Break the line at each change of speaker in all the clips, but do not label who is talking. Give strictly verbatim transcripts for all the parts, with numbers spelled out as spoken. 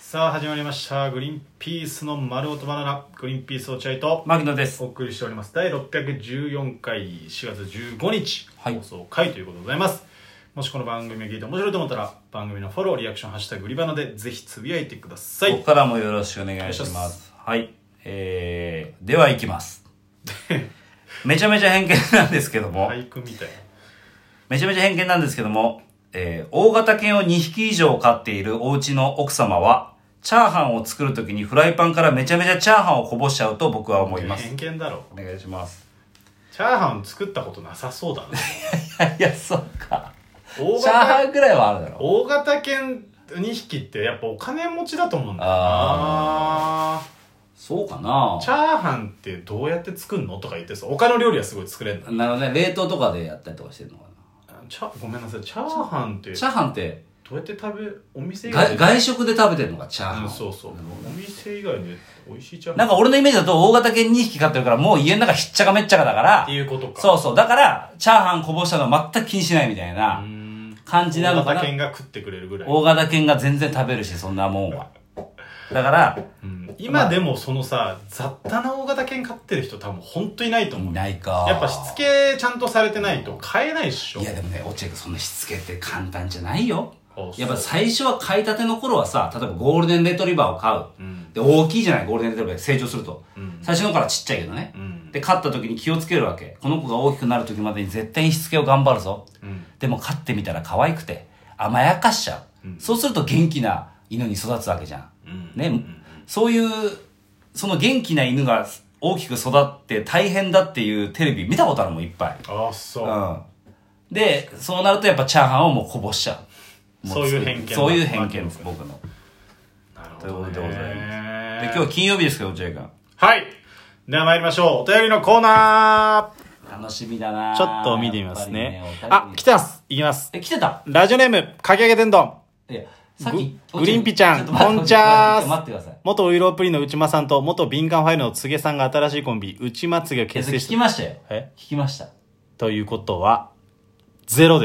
さあ始まりましたグリーンピースの丸ごとバナナ、グリーンピース落合と
牧野です。
お送りしておりますだいろっぴゃくじゅうよんかいしがつじゅうごにち
はい
放送回ということでございます。もしこの番組を聞いて面白いと思ったら番組のフォロー、リアクション、ハッシュタググリバナでぜひつぶやいてください。
ここからもよろしくお願いします。はい、えー、では行きますめちゃめちゃ偏見なんですけども
俳句みたいな。
めちゃめちゃ偏見なんですけども、えー、大型犬をにひき以上飼っているお家の奥様はチャーハンを作るときにフライパンからめちゃめちゃチャーハンをこぼしちゃうと僕は思います。
偏見だろ。
お願いします。
チャーハン作ったことなさそうだね
いやいや、そうか。
大
チャーハンぐらいはあるだろ。
大型犬にひきってやっぱお金持ちだと思うんだよな。
あそうかな。
チャーハンってどうやって作るのとか言ってさ、他の料理はすごい作れるの。
なるほどね。冷凍とかでやったりとかしてるのかな。
チャごめんなさい、チャーハンって
チャーハンって
どうやって食べ、お店以外で
外食で食べてるのか、チャーハン、
うん、そうそう、お店以外で美味しいチャーハン
なんか俺のイメージだと大型犬にひき飼ってるからもう家の中ひっちゃかめっちゃかだから
っていうことか。
そうそう、だからチャーハンこぼしたのは全く気にしないみたいな感じなのかな。
大型犬が食ってくれるぐらい。
大型犬が全然食べるし、そんなもんはだから、
うん、今でもそのさ、雑多な大型犬飼ってる人多分本当いないと思う。
いないか。
やっぱしつけちゃんとされてないと飼えないっしょ。
いやでもね、落合君そんなしつけって簡単じゃないよ。
あ
やっぱ最初は飼いたての頃はさ、例えばゴールデンレトリバーを飼う、
うん、
で大きいじゃない、ゴールデンレトリバー成長すると、うん、最初のからちっちゃいけどね、うん、で飼った時に気をつけるわけ。この子が大きくなる時までに絶対にしつけを頑張るぞ、うん、でも飼ってみたら可愛くて甘やかしちゃう、うん、そうすると元気な犬に育つわけじゃん、うんね、うん、そういうその元気な犬が大きく育って大変だっていうテレビ見たことあるもん、いっぱい。
ああそう、うん、
でそうなるとやっぱチャーハンをもうこぼしちゃう。
そういう偏見。
そういう偏見です、僕の。
なるほど、ね。
ということでございます。で、今日金曜日ですけど、落合君。
はい。では参りましょう。お便りのコーナ
ー。楽しみだな。
ちょっと見てみますね。ねあ、来てます。いきます。
え、来てた。
ラジオネーム、かき揚げ天丼。
いや、さっき、
グリーンピちゃん、こんちゃーす。
待ってください。
元ウイロープリンの内間さんと、元敏感ファイルのつげさんが新しいコンビ、内まつげを結成した。
聞きましたよ。
え
聞きました。
ということは、ゼロです。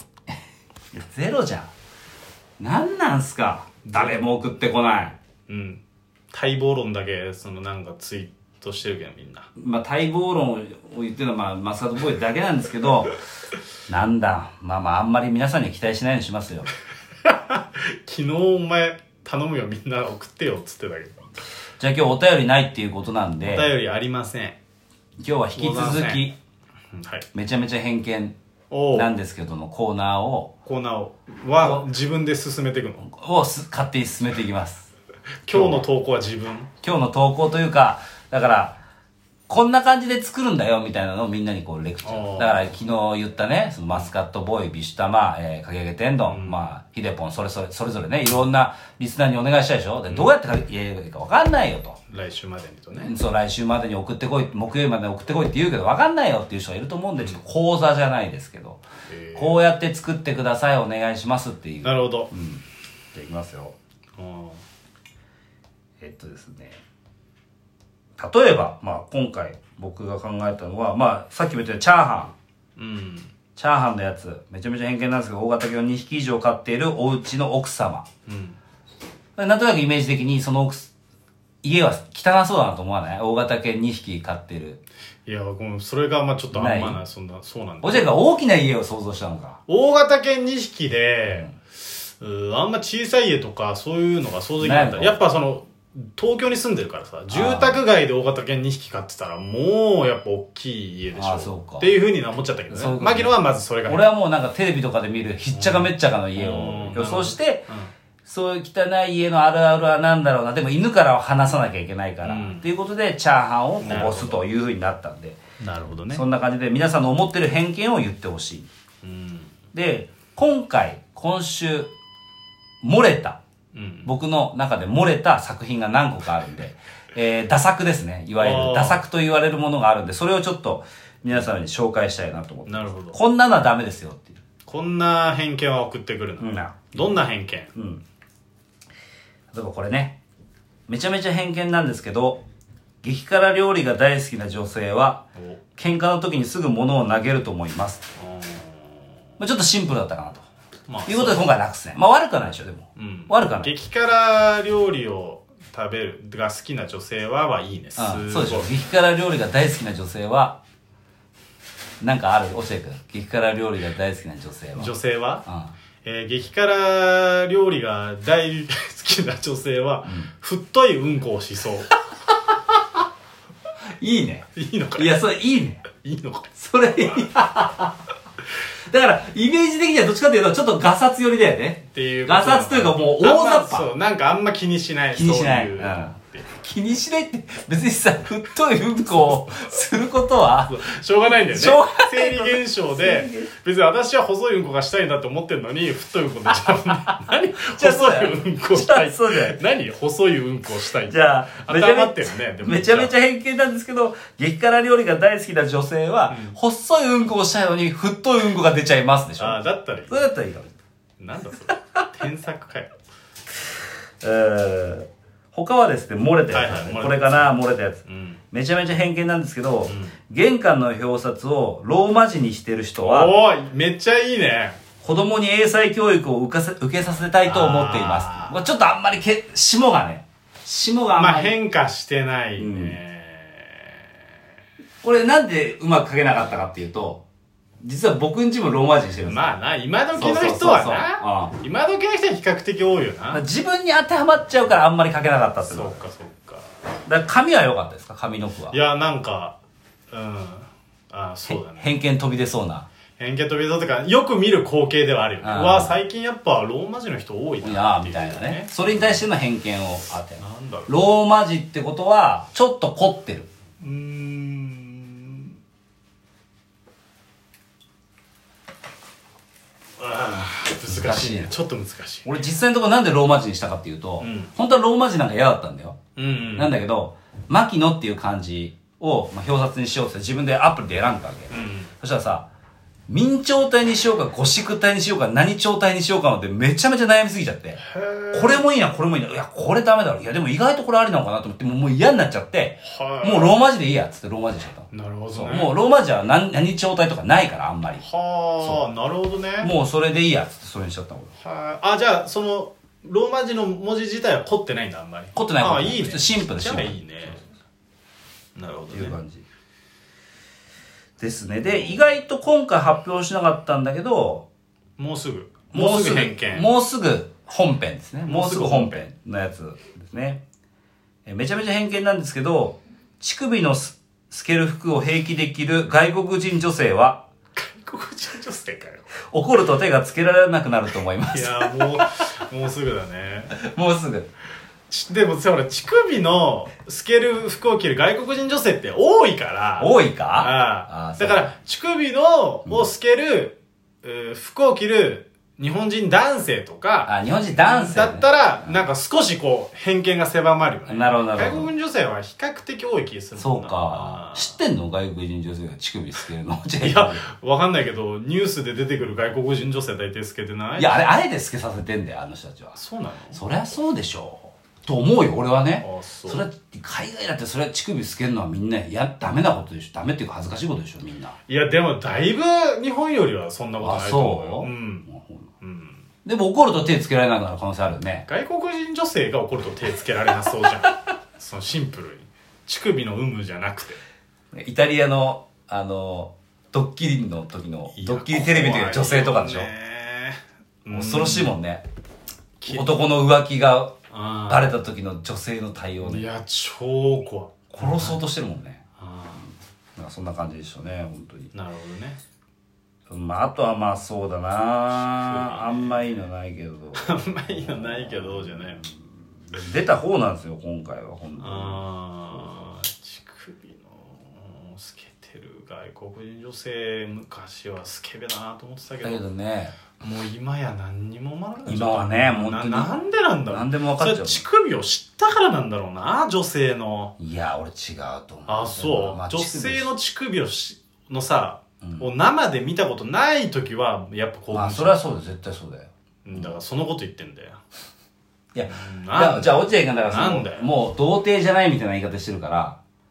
ゼロじゃん。なんなんすか、誰も送ってこない。
うん。待望論だけ、そのなんかツイートしてるけどみんな。
まあ待望論を言ってるのはまあマスカットボーイだけなんですけど、なんだ、まあまああんまり皆さんに期待しないようにしますよ。
昨日お前頼むよ、みんな送ってよっつってたけど。
じゃあ今日お便りないっていうことなんで。
お便りありません。
今日は引き続き、
はい、め
ちゃめちゃ偏見なんですけどのコーナーを
コーナーをは自分で進めていくの
を勝手に進めていきます
今日の投稿は自分
今日の投稿というか、だからこんな感じで作るんだよみたいなのをみんなにこうレクチャー。だから昨日言ったね、そのマスカットボーイ、ビシュタマ、えー、かき揚げ天丼、うん、まあヒデポン、それそれそれぞれね、いろんなリスナーにお願いしたいでしょ。で、どうやってかき揚げるか分かんないよと。
来週までにとね。
そう、来週までに送ってこい、木曜日までに送ってこいって言うけど分かんないよっていう人がいると思うんで、ちょっと講座じゃないですけど、こうやって作ってください、お願いしますっていう。
なるほど。
うん。じゃあいきますよ。えっとですね。例えば、まあ今回僕が考えたのは、まあさっきも言ったようにチャーハン。うん。チャーハンのやつ、めちゃめちゃ偏見なんですけど、大型犬をにひき以上飼っているお家の奥様。うん。なんとなくイメージ的にその奥、家は汚そうだなと思わない？大型犬にひき飼ってる。
いや、ごめん、それがまあちょっとあんまな、そんな、そうなんだ。
おじゃが大きな家を想像したのか。
大型犬にひきで、うん、あんま小さい家とかそういうのが想像できなかった。やっぱその、東京に住んでるからさ、住宅街で大型犬にひき飼ってたらもうやっぱ大きい家でしょ。あ、そうか。っていう風に思っちゃったけどね。牧野はまずそれが。
俺はもうなんかテレビとかで見るひっちゃかめっちゃかの家を予想して、そういう汚い家のあるあるはなんだろうな、でも犬からは離さなきゃいけないから、うん、っていうことでチャーハンをこぼすという風になったんで。
なるほどね。
そんな感じで皆さんの思ってる偏見を言ってほしい。うん、で、今回、今週、漏れた。うん、僕の中で漏れた作品が何個かあるんで、えー、ダ作ですね。いわゆるダ作と言われるものがあるんで、それをちょっと皆さんに紹介したいなと思って。なるほど。こんなのはダメですよっていう。
こんな偏見は送ってくるの、うん、どんな偏見？うん。
例えばこれね、めちゃめちゃ偏見なんですけど、激辛料理が大好きな女性は喧嘩の時にすぐ物を投げると思います。まあ、ちょっとシンプルだったかなと。 まあ、ということで今回楽っすね。まあ悪くはないでしょ、でも。うん、悪くはない。
激辛料理を食べるが好きな女性ははいいね。
ああそうでしょ。激辛料理が大好きな女性は、なんかある教えてくれ。激辛料理が大好きな女性は。
女性は、うんえー、激辛料理が大好きな女性は、うん、太いうんこをしそう。
いいね。
いいのか
いや、それいいね。
いいのか
それいい。だから、イメージ的にはどっちかというと、ちょっとガサツ寄りだよね。っていう。ガサツというかもう大雑把。
そう、なんかあんま気にしない。
気にしない。うん。気にしないって、別にさ、太いうんこをすることは、
しょうがないんだよね。しょうがない。生理現象で、別に私は細いうんこがしたいんだって思ってるのに、太いうんこ出ちゃう。何細いうんこしたい。そうだよ。何細いうんこをしたい。
じゃあ、めちゃめちゃ、めちゃめちゃ偏見なんですけど、激辛料理が大好きな女性は、うん、細いうんこをしたいのに、太いうんこが出ちゃいますでしょ。
ああ、だったらいい。
それだったらいいかも。
なんだそれ。添削かよ。
えー。他はですね、漏れたやつ、ねはいはい、これかな、漏れたやつ、うん。めちゃめちゃ偏見なんですけど、うん、玄関の表札をローマ字にしてる人は、
おーい、めっちゃいいね。
子供に英才教育を受けさ受けさせたいと思っています。まあ、ちょっとあんまりけ、霜がね、霜があんまり。
まあ変化してないね、うん。
これなんでうまく書けなかったかっていうと、実は僕んちもローマ字にしてるんですよ。
まあな、今時の人はな、今時の人は比較的多いよな。
自分に当てはまっちゃうからあんまり書けなかったっていうの。
そうかそうか。
だから紙は良かったですか、紙の句は。
いや、なんか、うん。ああ、そうだね。
偏見飛び出そうな。
偏見飛び出そうとか、よく見る光景ではあるよね。うわ、最近やっぱローマ字の人多いな。
いやみたいなね。それに対しての偏見を当てる。なんだろう。ローマ字ってことは、ちょっと凝ってる。うーん。
あ難しいね。ちょっと難しい。
俺実際のところなんでローマ字にしたかっていうと、うん、本当はローマ字なんか嫌だったんだよ。うんうん、なんだけど、牧野っていう漢字を、まあ、表札にしようって自分でアプリで選んだわけ。うん、そしたらさ、明朝体にしようか、五宿体にしようか、何朝体にしようかなんてめちゃめちゃ悩みすぎちゃって。これもいいな、これもいいな。いや、これダメだろ。いや、でも意外とこれありなのかなと思って、もうもう嫌になっちゃって、もうローマ字でいいやっつってローマ字にしちゃった。
なるほどね。
もうローマ字は何、何朝体とかないから、あんまり。
はあ、なるほどね。
もうそれでいいやっつってそれにしちゃったの。
はあ、あ、じゃあ、その、ローマ字の文字自体は凝ってないんだ、あんまり。
凝ってない。
ああ、いいね。
シンプルでしょ。
いいね。なるほどね。
っていう感じ。ですね。で、意外と今回発表しなかったんだけど、
もうすぐ。もうすぐ偏見。
もうすぐ本編ですね。もうすぐ本編のやつですね。えめちゃめちゃ偏見なんですけど、乳首の透ける服を平気できる外国人女性は、
外国人女性かよ。
怒ると手がつけられなくなると思います。
いやもう、もうすぐだね。
もうすぐ。
でもさ、ほら、乳首の透ける服を着る外国人女性って多いから。
多いか
ああだから、乳首の、を透ける、うん、服を着る日本人男性とか。
あ、日本人男性、
ね、だったら、なんか少しこう、偏見が狭まるよね。
なるほど、なるほど。
外国人女性は比較的多い気がする
もんな。そうか。知ってんの外国人女性が乳首透けるの
いや、わかんないけど、ニュースで出てくる外国人女性は大体透けてない
いや、あれ、あえて透けさせてんだよ、あの人たちは。
そうなの
そりゃそうでしょう。と思うよ、俺はね。あ、そう。それは、海外だってそれは乳首透けるのはみんな、いや、ダメなことでしょ。ダメっていうか恥ずかしいことでしょ、みんな。
いや、でも、だいぶ、日本よりはそんなことないと思うよ。そう、うん。
うん。でも怒ると手つけられなくなる可能性あるよね。
外国人女性が怒ると手つけられなそうじゃん。そのシンプルに。乳首の有無じゃなくて。
イタリアの、あの、ドッキリの時の、ドッキリテレビという女性とかでしょ。恐ろしいもんね。男の浮気が、バレた時の女性の対応ね。
いや、超怖い。
殺そうとしてるもんね。なんかそんな感じでしたね、本当に。
なるほどね。
まあ、あとはまあそうだなあんまいいのないけど。
あんまいいのないけど、じゃない。
出た方なんですよ、今回は、本当に。
ああ、乳首の透けてる外国人女性、昔はスケベだなと思ってたけど。
だけどね。
もう今や何にも思わない。
今はね、本当に。
なんでなんだろう。
何でも分かっちゃう。
乳首を知ったからなんだろうな、女性の。
いや、俺違うと思う。
あ、そう。まあ、女性の乳首をしのさ、うん、生で見たことない時は、やっぱ興奮する。
まあ、それはそうだよ。絶対そうだよ。
だからそのこと言ってんだよ。
いや、じゃあ、落合君だからその、もう童貞じゃないみたいな言い方してるから、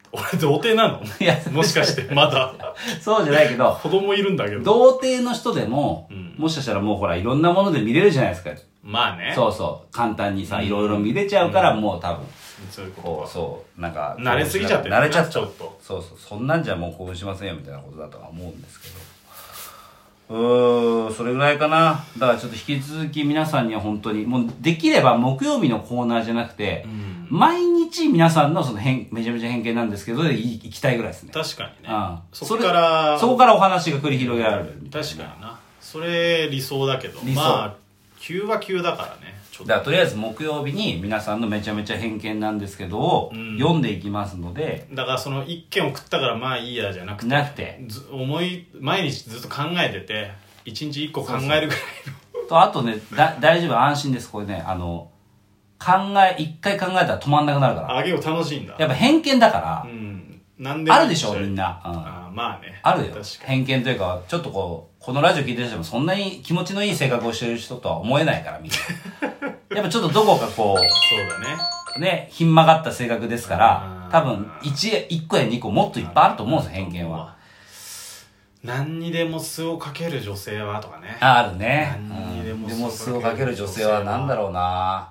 俺童貞なの？
いや
もしかしてまだ
そうじゃないけど
子供いるんだけど
童貞の人でも、うん、もしかしたらもうほらいろんなもので見れるじゃないですか。
まあね。
そうそう簡単にさいろいろ見れちゃうから、うん、もう多分
そういう
こうそうなんか
慣れすぎちゃって
慣れちゃった
ちょっと
そうそうそんなんじゃもう興奮しませんよみたいなことだとは思うんですけどうーんそれぐらいかな。だからちょっと引き続き皆さんには本当にもうできれば木曜日のコーナーじゃなくて、うん、毎日皆さんのその変めちゃめちゃ偏見なんですけど行きたいぐらいですね。
確かにね、
うん、
そこから
そこからお話が繰り広げられるみたいな。
確かになそれ理想だけどまあ急は急だからね。
だからとりあえず木曜日に皆さんのめちゃめちゃ偏見なんですけどを読んでいきますので、
うん、だからその一件を食ったからまあいいやじゃなくて
なくて
思い毎日ずっと考えてて一日一個考えるぐらいの
とあとねだ大丈夫安心です。これねあの考え一回考えたら止まんなくなるから。
あげよう楽しいんだ。
やっぱ偏見だから、うん、
なんでも
あるでしょみんな、うん、
あまあね
あるよ偏見というかちょっとこうこのラジオ聞いてる人もそんなに気持ちのいい性格をしてる人とは思えないからみんなやっぱちょっとどこかこう
そうだね
ねひん曲がった性格ですから多分 1, 1個やにこもっといっぱいあると思うんですよ偏見は。
何にでも酢をかける女性はとかね。
あるね。
何にでも
酢をかける女性はなんだろうな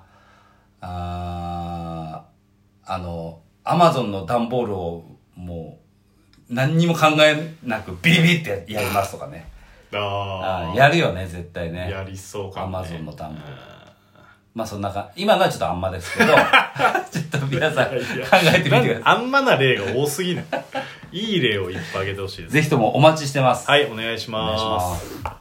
ああのアマゾンの段ボールをもう何にも考えなくビリビリってやりますとかね。ああやるよね絶対ね。
やりそうかもね。
アマゾンの段ボール。まあそんなか今のはちょっとあんまですけどちょっと皆さん考えてみてください。
あんまな例が多すぎないいい例をいっぱいあげてほしいです。
ぜひともお待ちしてます。
はいお願いします。お願いします。